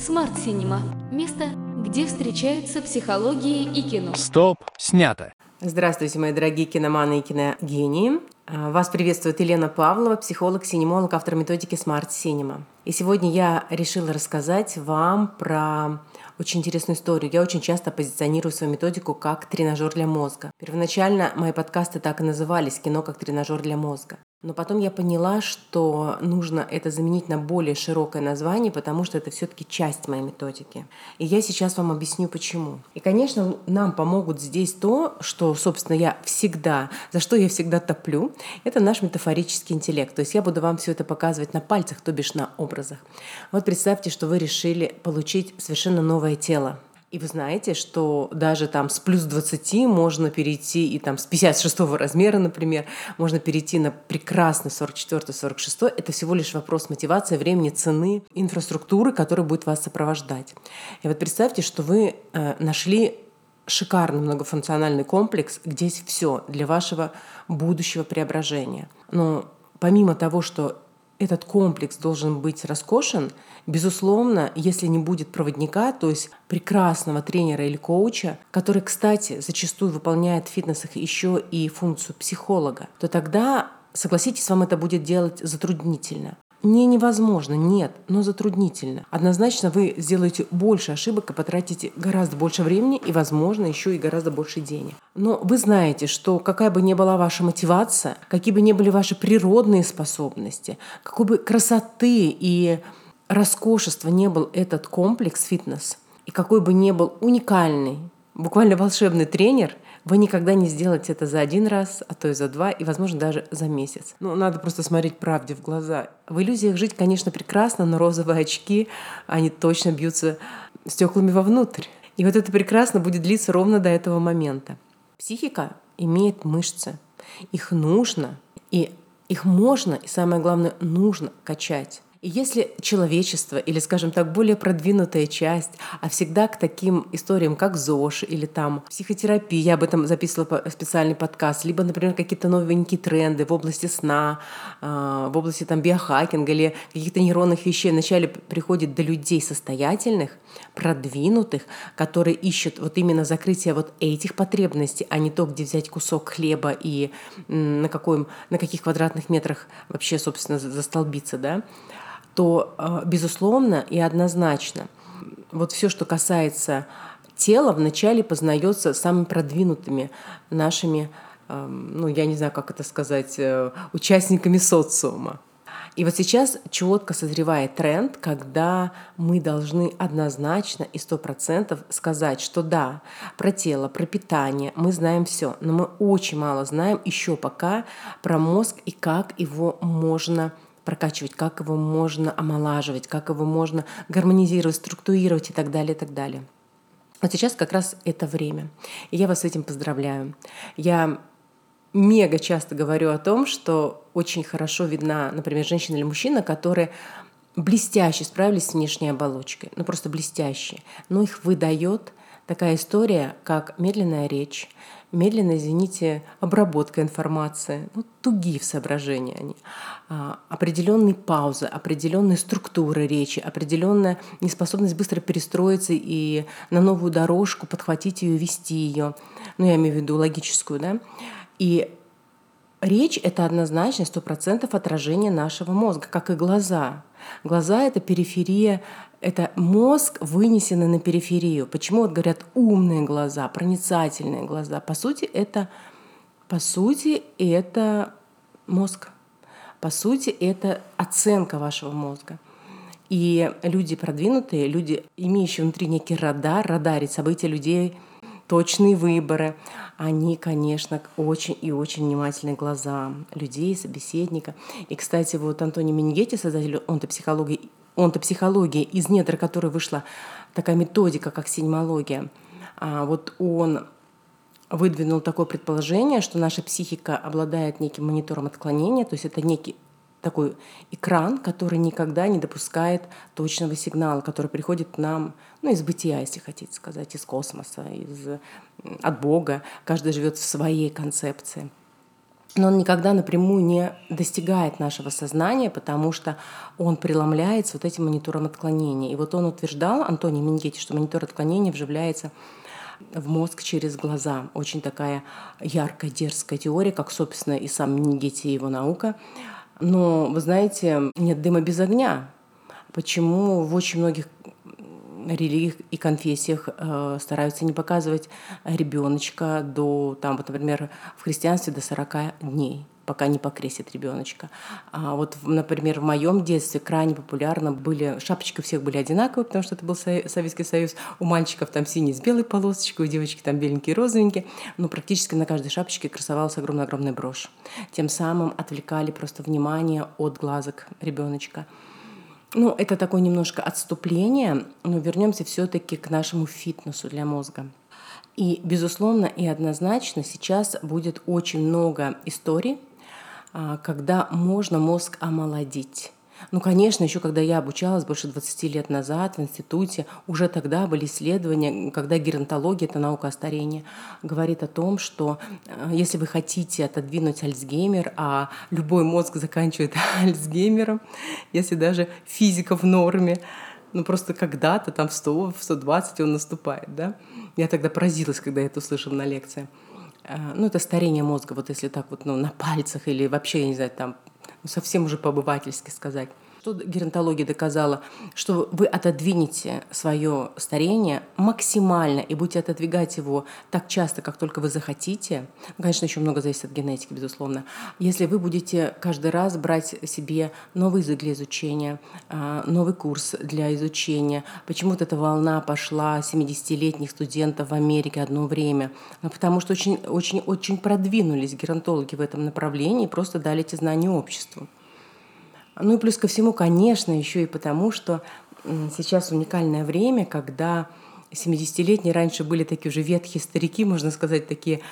Смарт Синема – место, где встречаются психология и кино. Стоп, снято. Здравствуйте, мои дорогие киноманы и киногении. Вас приветствует Елена Павлова, психолог, синемолог, автор методики Smart Cinema. И сегодня я решила рассказать вам про очень интересную историю. Я очень часто позиционирую свою методику как тренажер для мозга. Первоначально мои подкасты так и назывались «Кино как тренажер для мозга». Но потом я поняла, что нужно это заменить на более широкое название, потому что это все-таки часть моей методики. И я сейчас вам объясню, почему. И, конечно, нам помогут здесь то, что, собственно, за что я всегда топлю, это наш метафорический интеллект. То есть я буду вам все это показывать на пальцах, то бишь на образах. Вот представьте, что вы решили получить совершенно новое тело. И вы знаете, что даже там с плюс 20 можно перейти, и там с 56 размера, например, можно перейти на прекрасный 44-46. Это всего лишь вопрос мотивации, времени, цены, инфраструктуры, которая будет вас сопровождать. И вот представьте, что вы нашли шикарный многофункциональный комплекс, где есть все для вашего будущего преображения. Но помимо того, что этот комплекс должен быть роскошен, безусловно, если не будет проводника, то есть прекрасного тренера или коуча, который, кстати, зачастую выполняет в фитнесах еще и функцию психолога, то тогда, согласитесь, вам это будет делать затруднительно. Не невозможно, нет, но затруднительно. Однозначно вы сделаете больше ошибок и потратите гораздо больше времени и, возможно, еще и гораздо больше денег. Но вы знаете, что какая бы ни была ваша мотивация, какие бы ни были ваши природные способности, какой бы красоты и роскошества не был этот комплекс фитнес, и какой бы ни был уникальный, буквально волшебный тренер, вы никогда не сделаете это за один раз, а то и за два, и, возможно, даже за месяц. Надо просто смотреть правде в глаза. В иллюзиях жить, конечно, прекрасно, но розовые очки, они точно бьются стеклами вовнутрь. И вот это прекрасно будет длиться ровно до этого момента. Психика имеет мышцы. Их нужно, и их можно, и самое главное, нужно качать. И если человечество, или, скажем так, более продвинутая часть, а всегда к таким историям, как ЗОЖ или там психотерапия, я об этом записывала специальный подкаст, либо, например, какие-то новенькие тренды в области сна, в области там биохакинга или каких-то нейронных вещей вначале приходит до людей состоятельных, продвинутых, которые ищут вот именно закрытие вот этих потребностей, а не то, где взять кусок хлеба и на каких квадратных метрах вообще, собственно, застолбиться, да, то, безусловно и однозначно, вот все, что касается тела, вначале познается самыми продвинутыми нашими, я не знаю, как это сказать, участниками социума. И вот сейчас четко созревает тренд, когда мы должны однозначно и 100% сказать, что да, про тело, про питание мы знаем все, но мы очень мало знаем еще пока про мозг и как его можно прокачивать, как его можно омолаживать, как его можно гармонизировать, структурировать и так далее, и так далее. Вот сейчас как раз это время. И я вас с этим поздравляю. Я мега часто говорю о том, что очень хорошо видна, например, женщина или мужчина, которые блестяще справились с внешней оболочкой, просто блестяще. Но их выдает такая история, как медленная речь, медленная, обработка информации, тугие в соображении они, определенные паузы, определенные структуры речи, определенная неспособность быстро перестроиться и на новую дорожку подхватить ее, вести ее, я имею в виду логическую, да, и речь — это однозначно 100% отражение нашего мозга, как и глаза. Глаза — это периферия, это мозг, вынесенный на периферию. Почему говорят умные глаза, проницательные глаза? По сути, это мозг. По сути, это оценка вашего мозга. И люди продвинутые, люди, имеющие внутри некий радарить события людей, точные выборы, они, конечно, очень и очень внимательны к глазам людей, собеседника. И, кстати, вот Антонио Менегетти, создатель онтопсихологии, из недр которой вышла такая методика, как синемология, вот он выдвинул такое предположение, что наша психика обладает неким монитором отклонения, то есть это некий такой экран, который никогда не допускает точного сигнала, который приходит к нам, из бытия, если хотите сказать, из космоса, от Бога. Каждый живет в своей концепции. но он никогда напрямую не достигает нашего сознания, потому что он преломляется вот этим монитором отклонения. И вот он утверждал, Антоний Мингетти, что монитор отклонения вживляется в мозг через глаза. Очень такая яркая, дерзкая теория, как, собственно, и сам Мингетти и его наука. Но, вы знаете, нет дыма без огня. Почему в очень многих религиях и конфессиях стараются не показывать ребеночка до, там, вот, например, в христианстве до 40 дней, пока не покрестят ребеночка. А вот, например, в моем детстве крайне популярно были, шапочки у всех были одинаковые, потому что это был Советский Союз. У мальчиков там синий с белой полосочкой, у девочки там беленькие, розовенькие, но практически на каждой шапочке красовалась огромная-огромная брошь. Тем самым отвлекали просто внимание от глазок ребеночка. Ну, это такое немножко отступление, но вернемся все-таки к нашему фитнесу для мозга. И, безусловно, и однозначно сейчас будет очень много историй, когда можно мозг омолодить. Ну, конечно, еще когда я обучалась больше 20 лет назад в институте, уже тогда были исследования, когда геронтология, это наука о старении, говорит о том, что если вы хотите отодвинуть Альцгеймер, а любой мозг заканчивает Альцгеймером, если даже физика в норме, ну просто когда-то там в 100, в 120 он наступает, да? Я тогда поразилась, когда я это услышала на лекции. Ну, это старение мозга, вот если так вот, ну, на пальцах или вообще, я не знаю, там, ну, совсем уже по-обывательски сказать. Что геронтология доказала? Что вы отодвинете свое старение максимально и будете отодвигать его так часто, как только вы захотите. Конечно, еще много зависит от генетики, безусловно. Если вы будете каждый раз брать себе новый язык для изучения, новый курс для изучения. Почему-то эта волна пошла 70-летних студентов в Америке одно время. Потому что очень продвинулись геронтологи в этом направлении и просто дали эти знания обществу. Ну и плюс ко всему, конечно, еще и потому, что сейчас уникальное время, когда 70-летние раньше были такие уже ветхие старики, можно сказать, такие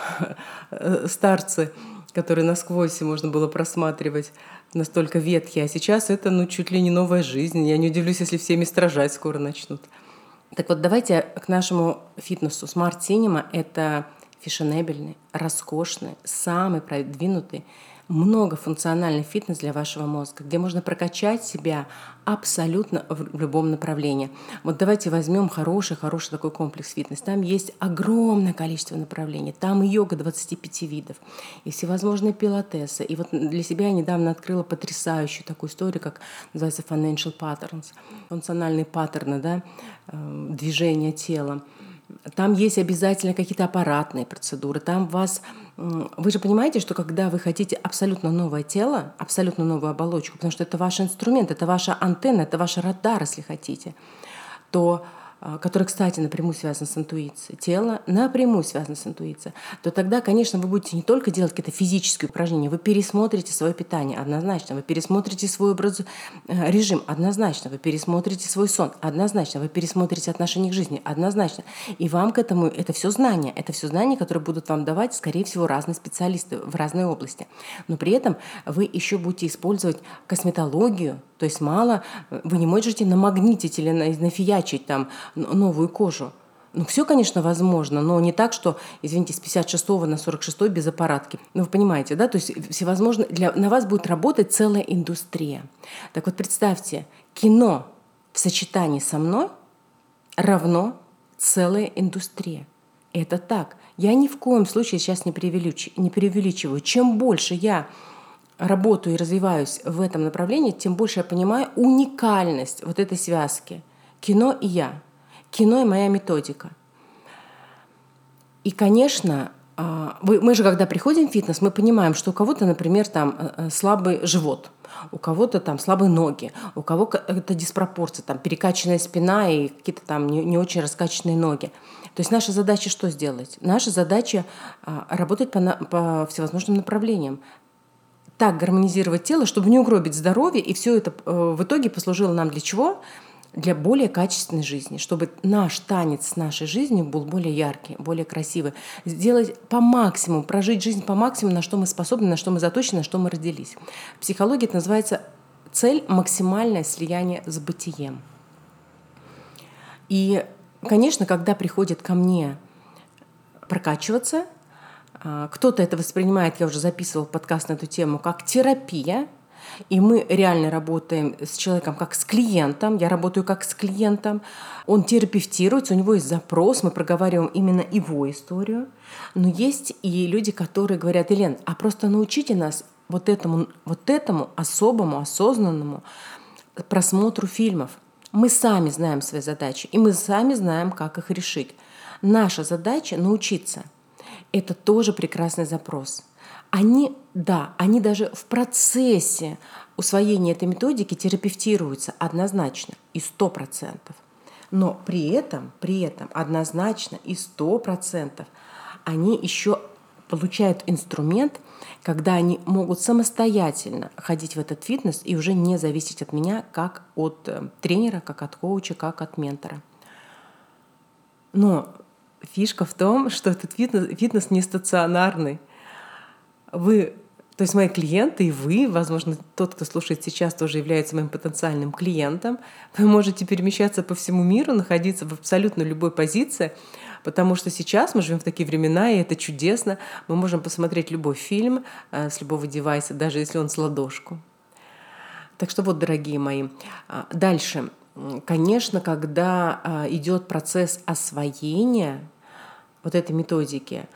старцы, которые насквозь можно было просматривать, настолько ветхие. А сейчас это чуть ли не новая жизнь. Я не удивлюсь, если всеми стражать скоро начнут. Так вот, давайте к нашему фитнесу. Smart Cinema – это фешенебельный, роскошный, самый продвинутый, многофункциональный фитнес для вашего мозга, где можно прокачать себя абсолютно в любом направлении. Вот давайте возьмем хороший такой комплекс фитнес. Там есть огромное количество направлений. Там и йога 25 видов, и всевозможные пилатесы. И вот для себя я недавно открыла потрясающую такую историю, как называется financial patterns, функциональные паттерны, да, движения тела. Там есть обязательно какие-то аппаратные процедуры. Там вы же понимаете, что когда вы хотите абсолютно новое тело, абсолютно новую оболочку, потому что это ваш инструмент, это ваша антенна, это ваш радар, если хотите, который, кстати, напрямую связан с интуицией, тело напрямую связано с интуицией, то тогда, конечно, вы будете не только делать какие-то физические упражнения, вы пересмотрите свое питание однозначно, вы пересмотрите свой режим однозначно, вы пересмотрите свой сон однозначно, вы пересмотрите отношение к жизни однозначно. И вам к этому, это все знания, которые будут вам давать, скорее всего, разные специалисты в разной области. Но при этом вы еще будете использовать косметологию, то есть вы не можете намагнитить или нафиячить там новую кожу. Ну, все, конечно, возможно, но не так, что, извините, с 56 на 46 без аппаратки. Ну, вы понимаете, да? То есть всевозможно, на вас будет работать целая индустрия. Так вот, представьте, кино в сочетании со мной равно целая индустрия. Это так. Я ни в коем случае сейчас не преувеличиваю. Чем больше я работаю и развиваюсь в этом направлении, тем больше я понимаю уникальность вот этой связки. Кино и я. Кино и моя методика. И, конечно, мы же, когда приходим в фитнес, мы понимаем, что у кого-то, например, там слабый живот, у кого-то там слабые ноги, у кого-то диспропорция, там перекачанная спина и какие-то там не очень раскачанные ноги. То есть наша задача что сделать? Наша задача работать по всевозможным направлениям. Так гармонизировать тело, чтобы не угробить здоровье, и все это в итоге послужило нам для чего? Для более качественной жизни, чтобы наш танец с нашей жизнью был более яркий, более красивый. Сделать по максимуму, прожить жизнь по максимуму, на что мы способны, на что мы заточены, на что мы родились. В психологии это называется цель – максимальное слияние с бытием. И, конечно, когда приходит ко мне прокачиваться, Кто-то это воспринимает, я уже записывала подкаст на эту тему, как терапия, и мы реально работаем с человеком как с клиентом. Я работаю как с клиентом. Он терапевтируется, у него есть запрос, мы проговариваем именно его историю. Но есть и люди, которые говорят: Елен, а просто научите нас вот этому особому, осознанному просмотру фильмов. Мы сами знаем свои задачи, и мы сами знаем, как их решить. Наша задача — научиться. Это тоже прекрасный запрос. Они даже в процессе усвоения этой методики терапевтируются однозначно и 100%. Но при этом однозначно и 100% они еще получают инструмент, когда они могут самостоятельно ходить в этот фитнес и уже не зависеть от меня, как от тренера, как от коуча, как от ментора. Но фишка в том, что этот фитнес не стационарный. Вы, то есть мои клиенты и вы, возможно, тот, кто слушает сейчас, тоже является моим потенциальным клиентом. Вы можете перемещаться по всему миру, находиться в абсолютно любой позиции, потому что сейчас мы живем в такие времена, и это чудесно. Мы можем посмотреть любой фильм с любого девайса, даже если он с ладошку. Так что вот, дорогие мои, дальше. Конечно, когда идет процесс освоения вот этой методики,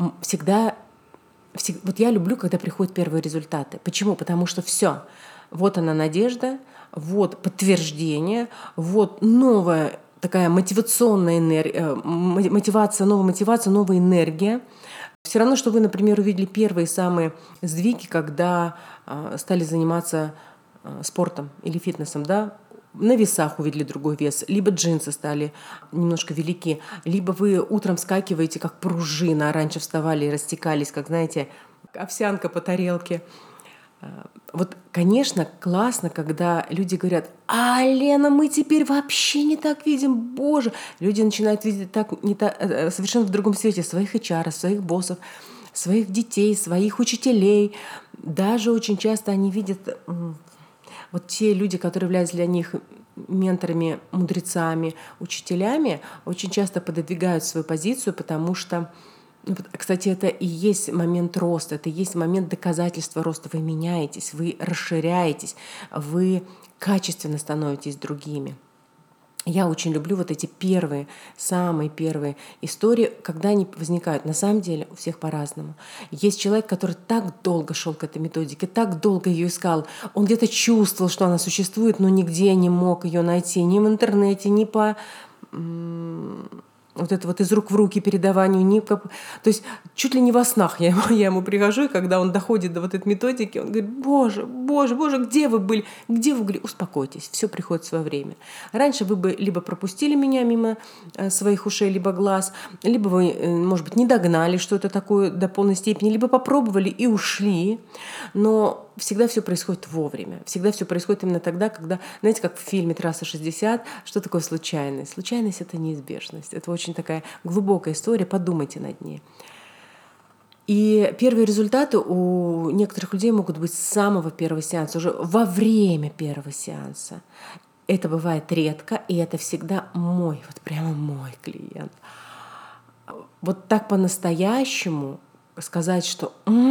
вот я люблю, когда приходят первые результаты. Почему? Потому что все. Вот она надежда, вот подтверждение, вот новая такая мотивационная энергия, новая мотивация, новая энергия. Все равно, что вы, например, увидели первые самые сдвиги, когда стали заниматься спортом или фитнесом, да? На весах увидели другой вес, либо джинсы стали немножко велики, либо вы утром вскакиваете, как пружина, а раньше вставали и растекались, как, знаете, овсянка по тарелке. Вот, конечно, классно, когда люди говорят: «А, Лена, мы теперь вообще не так видим, боже!» Люди начинают видеть совершенно в другом свете своих HR, своих боссов, своих детей, своих учителей. Даже очень часто они видят... Вот те люди, которые являются для них менторами, мудрецами, учителями, очень часто пододвигают свою позицию, потому что, кстати, это и есть момент роста, это и есть момент доказательства роста. Вы меняетесь, вы расширяетесь, вы качественно становитесь другими. Я очень люблю вот эти самые первые истории, когда они возникают. На самом деле у всех по-разному. Есть человек, который так долго шел к этой методике, так долго ее искал. Он где-то чувствовал, что она существует, но нигде не мог ее найти. Ни в интернете, ни по... вот это вот из рук в руки передаванию, то есть чуть ли не во снах я ему прихожу, и когда он доходит до вот этой методики, он говорит: боже, где вы были? Успокойтесь, все приходит в свое время. Раньше вы бы либо пропустили меня мимо своих ушей, либо глаз, либо вы, может быть, не догнали что-то такое до полной степени, либо попробовали и ушли, но всегда все происходит вовремя. Всегда все происходит именно тогда, когда, знаете, как в фильме «Трасса 60», что такое случайность? Случайность — это неизбежность. Это очень такая глубокая история, подумайте над ней. И первые результаты у некоторых людей могут быть с самого первого сеанса, уже во время первого сеанса. Это бывает редко, и это всегда прямо мой клиент. Вот так по-настоящему сказать, что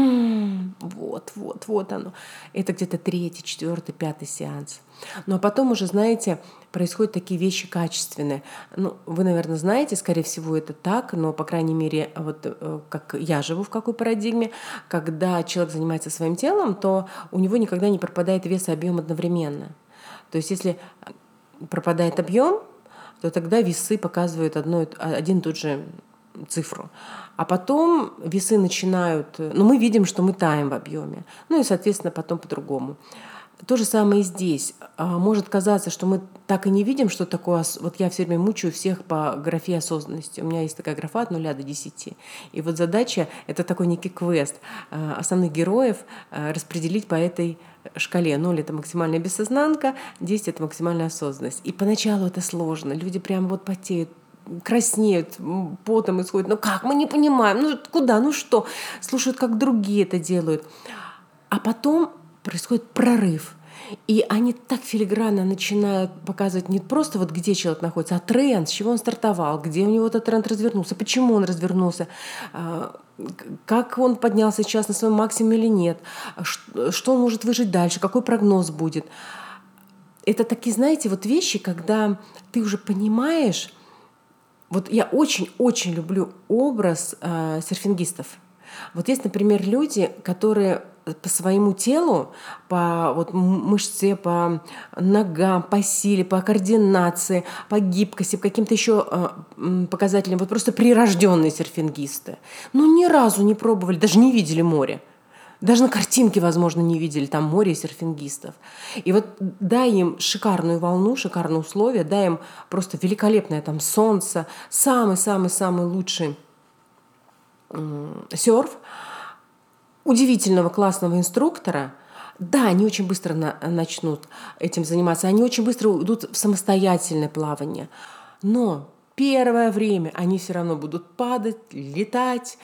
вот оно. Это где-то 3-й, 4-й, 5-й сеанс. Ну а потом уже, знаете, происходят такие вещи качественные. Вы, наверное, знаете, скорее всего, это так, но, по крайней мере, вот как я живу в какой парадигме, когда человек занимается своим телом, то у него никогда не пропадает вес и объем одновременно. То есть если пропадает объем, то тогда весы показывают один и тот же цифру. А потом весы начинают... мы видим, что мы таем в объеме. И, соответственно, потом по-другому. То же самое и здесь. Может казаться, что мы так и не видим, что такое... Вот я все время мучаю всех по графе осознанности. У меня есть такая графа от 0 до 10. И вот задача — это такой некий квест. Основных героев распределить по этой шкале. 0 — это максимальная бессознанка, 10 — это максимальная осознанность. И поначалу это сложно. Люди прям потеют, краснеют, потом исходят. Как? Мы не понимаем. Куда? Что? Слушают, как другие это делают. А потом происходит прорыв. И они так филигранно начинают показывать не просто где человек находится, а тренд, с чего он стартовал, где у него этот тренд развернулся, почему он развернулся. как он поднялся сейчас на своем максимуме или нет, что он может выжить дальше, какой прогноз будет. Это такие, знаете, вот вещи, когда ты уже понимаешь. Вот я очень-очень люблю образ серфингистов. Вот есть, например, люди, которые по своему телу, по вот мышце, по ногам, по силе, по координации, по гибкости, по каким-то еще показателям, вот просто прирожденные серфингисты. Но ни разу не пробовали, даже не видели море. Даже на картинке, возможно, не видели там море серфингистов. И вот дай им шикарную волну, шикарные условия, дай им просто великолепное там солнце, самый-самый-самый лучший серф, удивительного классного инструктора. Да, они очень быстро начнут этим заниматься, они очень быстро уйдут в самостоятельное плавание. Но первое время они все равно будут падать, летать.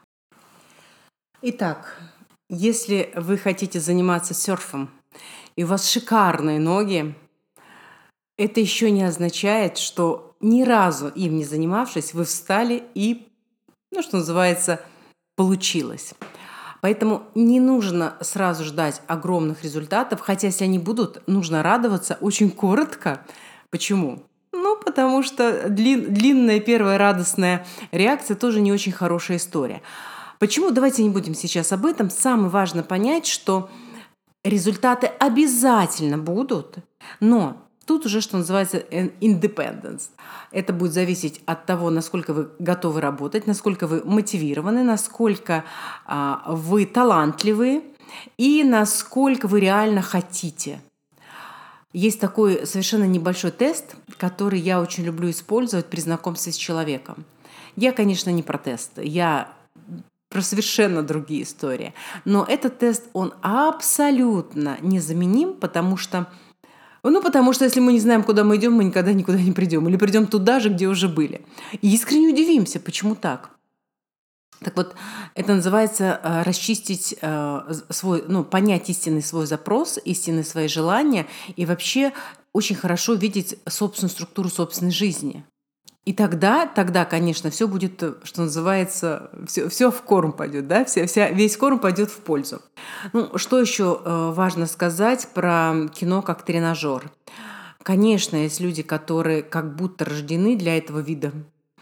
Итак, если вы хотите заниматься серфом, и у вас шикарные ноги, это еще не означает, что ни разу им не занимавшись, вы встали и, что называется, получилось. Поэтому не нужно сразу ждать огромных результатов, хотя если они будут, нужно радоваться очень коротко. Почему? Потому что длинная первая радостная реакция тоже не очень хорошая история. Почему? Давайте не будем сейчас об этом. Самое важное понять, что результаты обязательно будут, но тут уже, что называется, independence. Это будет зависеть от того, насколько вы готовы работать, насколько вы мотивированы, насколько вы талантливы и насколько вы реально хотите. Есть такой совершенно небольшой тест, который я очень люблю использовать при знакомстве с человеком. Я, конечно, не про тест, я про совершенно другие истории. Но этот тест, он абсолютно незаменим, потому что если мы не знаем, куда мы идем, мы никогда никуда не придем. Или придем туда же, где уже были. И искренне удивимся, почему так. Так вот, это называется расчистить свой, понять истинный свой запрос, истинные свои желания и вообще очень хорошо видеть собственную структуру собственной жизни. И тогда, конечно, все будет, что называется, все в корм пойдет, да? Весь корм пойдет в пользу. Что еще важно сказать про кино как тренажер? Конечно, есть люди, которые как будто рождены для этого вида,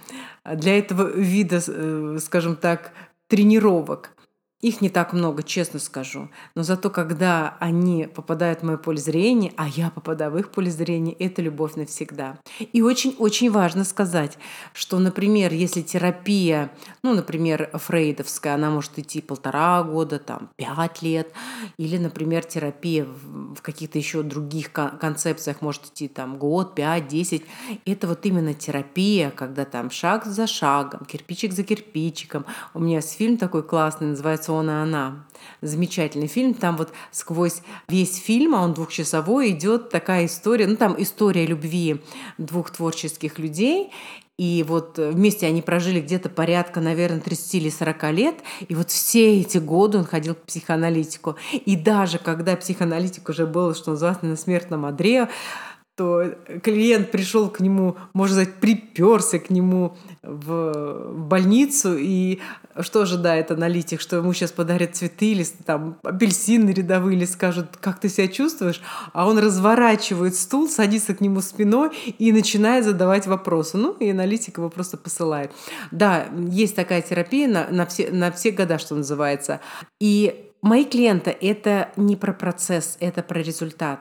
скажем так, тренировок. Их не так много, честно скажу. Но зато, когда они попадают в мое поле зрения, а я попадаю в их поле зрения, это любовь навсегда. И очень-очень важно сказать, что, например, если терапия, например, фрейдовская, она может идти 1,5 года, 5 лет, или, например, терапия в каких-то еще других концепциях может идти год, 5, 10. Это вот именно терапия, когда шаг за шагом, кирпичик за кирпичиком. У меня есть фильм такой классный, называется «Он и она». Замечательный фильм. Там вот сквозь весь фильм, а он 2-часовой, идет такая история, история любви 2 творческих людей. И вот вместе они прожили где-то порядка, наверное, 30 или 40 лет. И вот все эти годы он ходил к психоаналитику. И даже когда психоаналитик уже был, что называется, на смертном одре, то клиент пришел к нему, можно сказать, приперся к нему в больницу, и что ожидает аналитик, что ему сейчас подарят цветы или апельсины рядовые, или скажут, как ты себя чувствуешь, а он разворачивает стул, садится к нему спиной и начинает задавать вопросы. И аналитик его просто посылает. Да, есть такая терапия на все года, что называется. И мои клиенты — это не про процесс, это про результат.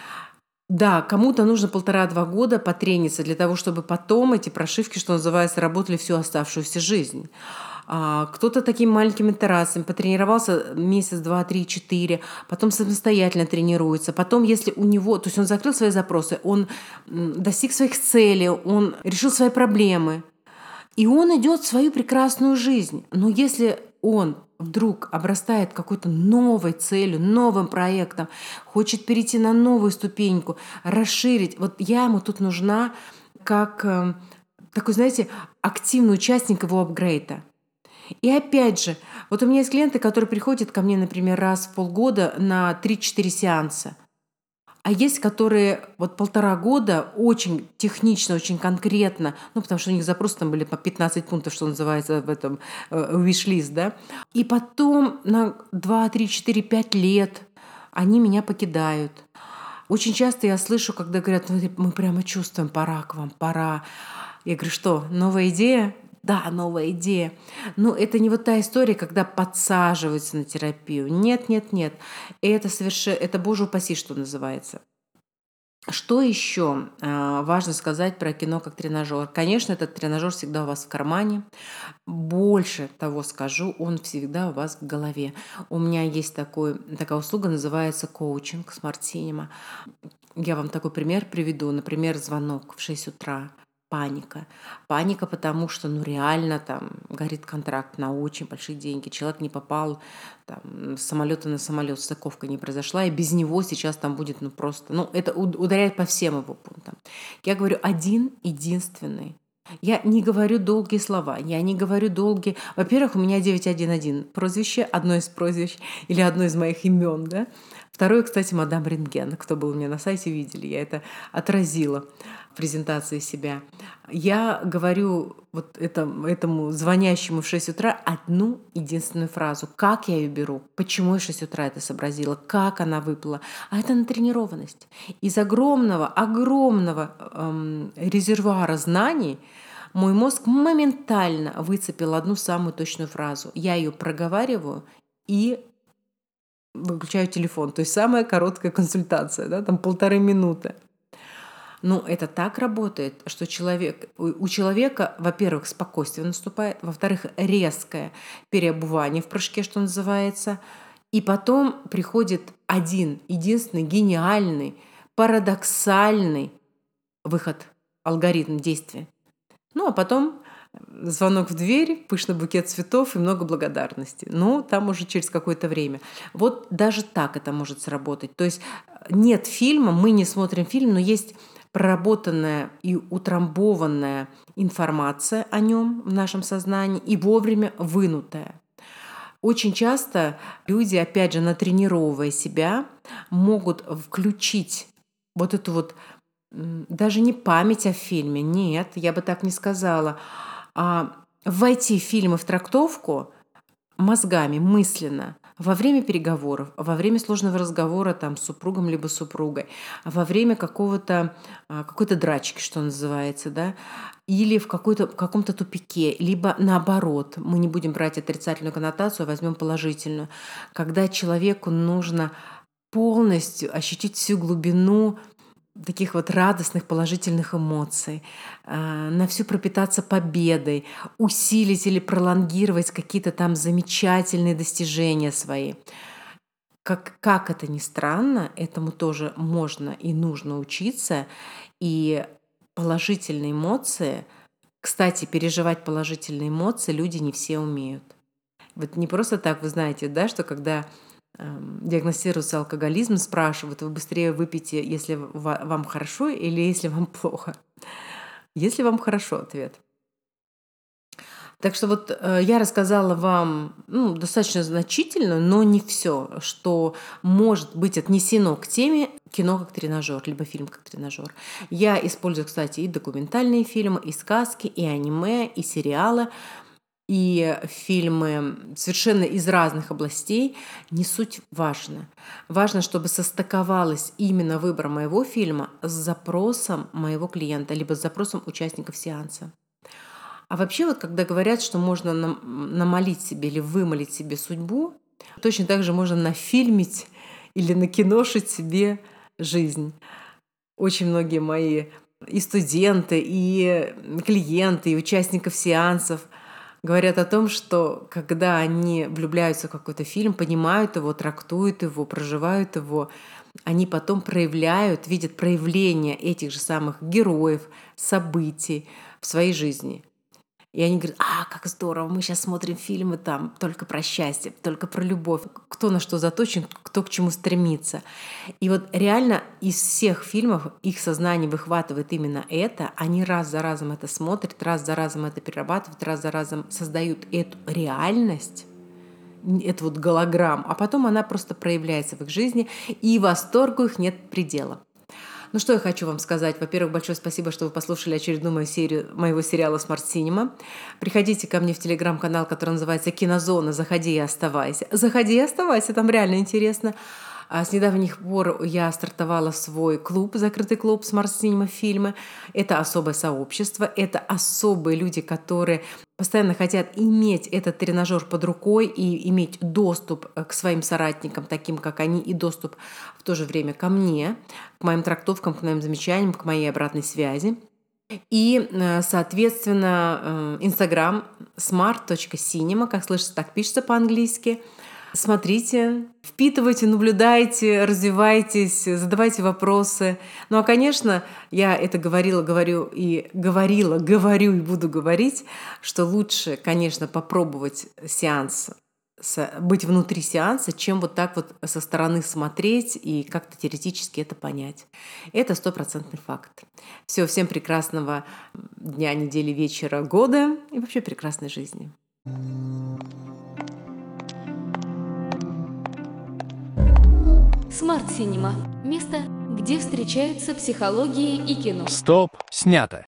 Да, кому-то нужно 1,5-2 года потрениться для того, чтобы потом эти прошивки, что называется, работали всю оставшуюся жизнь. Кто-то таким маленьким итерациям потренировался месяц, 2, 3, 4, потом самостоятельно тренируется. Потом, если у него, то есть он закрыл свои запросы, он достиг своих целей, он решил свои проблемы, и он идет в свою прекрасную жизнь. Но если он вдруг обрастает какой-то новой целью, новым проектом, хочет перейти на новую ступеньку, расширить. Вот я ему тут нужна как такой, знаете, активный участник его апгрейда. И опять же, вот у меня есть клиенты, которые приходят ко мне, например, раз в полгода на 3-4 сеанса. А есть, которые вот 1,5 года очень технично, очень конкретно, ну, потому что у них запросы там были по 15 пунктов, что называется, в этом wish-list, да. И потом на 2, 3, 4, 5 лет они меня покидают. Очень часто я слышу, когда говорят: «Ну, мы прямо чувствуем, пора к вам, пора». Я говорю: что, новая идея? Да, новая идея. Но это не вот та история, когда подсаживаются на терапию. Нет, нет, нет. Это совершенно, это боже упаси, что называется. Что еще важно сказать про кино как тренажер? Конечно, этот тренажер всегда у вас в кармане. Больше того скажу, он всегда у вас в голове. У меня есть такая услуга, называется коучинг Smart Cinema. Я вам такой пример приведу. Например, звонок в 6 утра. Паника. Паника, потому что, реально там горит контракт на очень большие деньги. Человек не попал там, с самолета на самолет, стыковка не произошла, и без него сейчас там будет, просто, это ударяет по всем его пунктам. Я говорю один единственный. Я не говорю долгие слова, я не говорю долгие... Во-первых, у меня 911 прозвище, одно из прозвищ или одно из моих имен, да. Второе, кстати, мадам Рентген. Кто был у меня на сайте, видели, я это отразила в презентации себя. Я говорю вот этому звонящему в 6 утра одну единственную фразу. Как я ее беру? Почему я в 6 утра это сообразила? Как она выпала? А это натренированность. Из огромного резервуара знаний мой мозг моментально выцепил одну самую точную фразу. Я ее проговариваю и выключаю телефон. То есть самая короткая консультация, да, там 1,5 минуты. Это так работает, что у человека, во-первых, спокойствие наступает, во-вторых, резкое переобувание в прыжке, что называется, и потом приходит один, единственный, гениальный, парадоксальный выход, алгоритм действия. А потом звонок в дверь, пышный букет цветов и много благодарности. Там уже через какое-то время. Вот даже так это может сработать. То есть нет фильма, мы не смотрим фильм, но есть проработанная и утрамбованная информация о нем в нашем сознании и вовремя вынутая. Очень часто люди, опять же, натренировывая себя, могут включить вот эту вот даже не память о фильме, нет, я бы так не сказала, а войти в фильм и в трактовку мозгами, мысленно, во время переговоров, во время сложного разговора там, с супругом либо супругой, во время какой-то драчки, что называется, да, или в каком-то тупике, либо наоборот, мы не будем брать отрицательную коннотацию, а возьмем положительную, когда человеку нужно полностью ощутить всю глубину таких вот радостных, положительных эмоций, на всю пропитаться победой, усилить или пролонгировать какие-то там замечательные достижения свои. Как это ни странно, этому тоже можно и нужно учиться. И положительные эмоции, кстати, переживать положительные эмоции люди не все умеют. Вот не просто так, вы знаете, да, что когда диагностируется алкоголизм, спрашивают: вы быстрее выпьете, если вам хорошо или если вам плохо? Если вам хорошо, ответ. Так что вот я рассказала вам достаточно значительно, но не все, что может быть отнесено к теме кино как тренажер, либо фильм как тренажер. Я использую, кстати, и документальные фильмы, и сказки, и аниме, и сериалы, и фильмы совершенно из разных областей. Не суть важно. Важно, чтобы состыковалось именно выбор моего фильма с запросом моего клиента, либо с запросом участников сеанса. А вообще, вот когда говорят, что можно намолить себе или вымолить себе судьбу, точно так же можно нафильмить или накиношить себе жизнь. Очень многие мои и студенты, и клиенты, и участников сеансов говорят о том, что когда они влюбляются в какой-то фильм, понимают его, трактуют его, проживают его, они потом видят проявление этих же самых героев, событий в своей жизни. И они говорят: как здорово, мы сейчас смотрим фильмы там только про счастье, только про любовь, кто на что заточен, кто к чему стремится. И вот реально из всех фильмов их сознание выхватывает именно это, они раз за разом это смотрят, раз за разом это перерабатывают, раз за разом создают эту реальность. это вот голограмм, а потом она просто проявляется в их жизни, и восторгу их нет предела. Ну что я хочу вам сказать. Во-первых, большое спасибо, что вы послушали очередную мою серию моего сериала Smart Cinema. Приходите ко мне в телеграм-канал, который называется «Кинозона». Заходи и оставайся. Заходи и оставайся, там реально интересно. С недавних пор я стартовала свой клуб, закрытый клуб Smart Cinema фильмы. Это особое сообщество, это особые люди, которые постоянно хотят иметь этот тренажер под рукой и иметь доступ к своим соратникам, таким как они, и доступ в то же время ко мне, к моим трактовкам, к моим замечаниям, к моей обратной связи. И, соответственно, Инстаграм smart.cinema, как слышится, так пишется по-английски. Смотрите, впитывайте, наблюдайте, развивайтесь, задавайте вопросы. Ну а, конечно, я это говорила, говорю и буду говорить, что лучше, конечно, попробовать сеанс, быть внутри сеанса, чем вот так вот со стороны смотреть и как-то теоретически это понять. Это 100% факт. Все, всем прекрасного дня, недели, вечера, года и вообще прекрасной жизни. Smart Cinema – место, где встречаются психология и кино. Стоп, снято.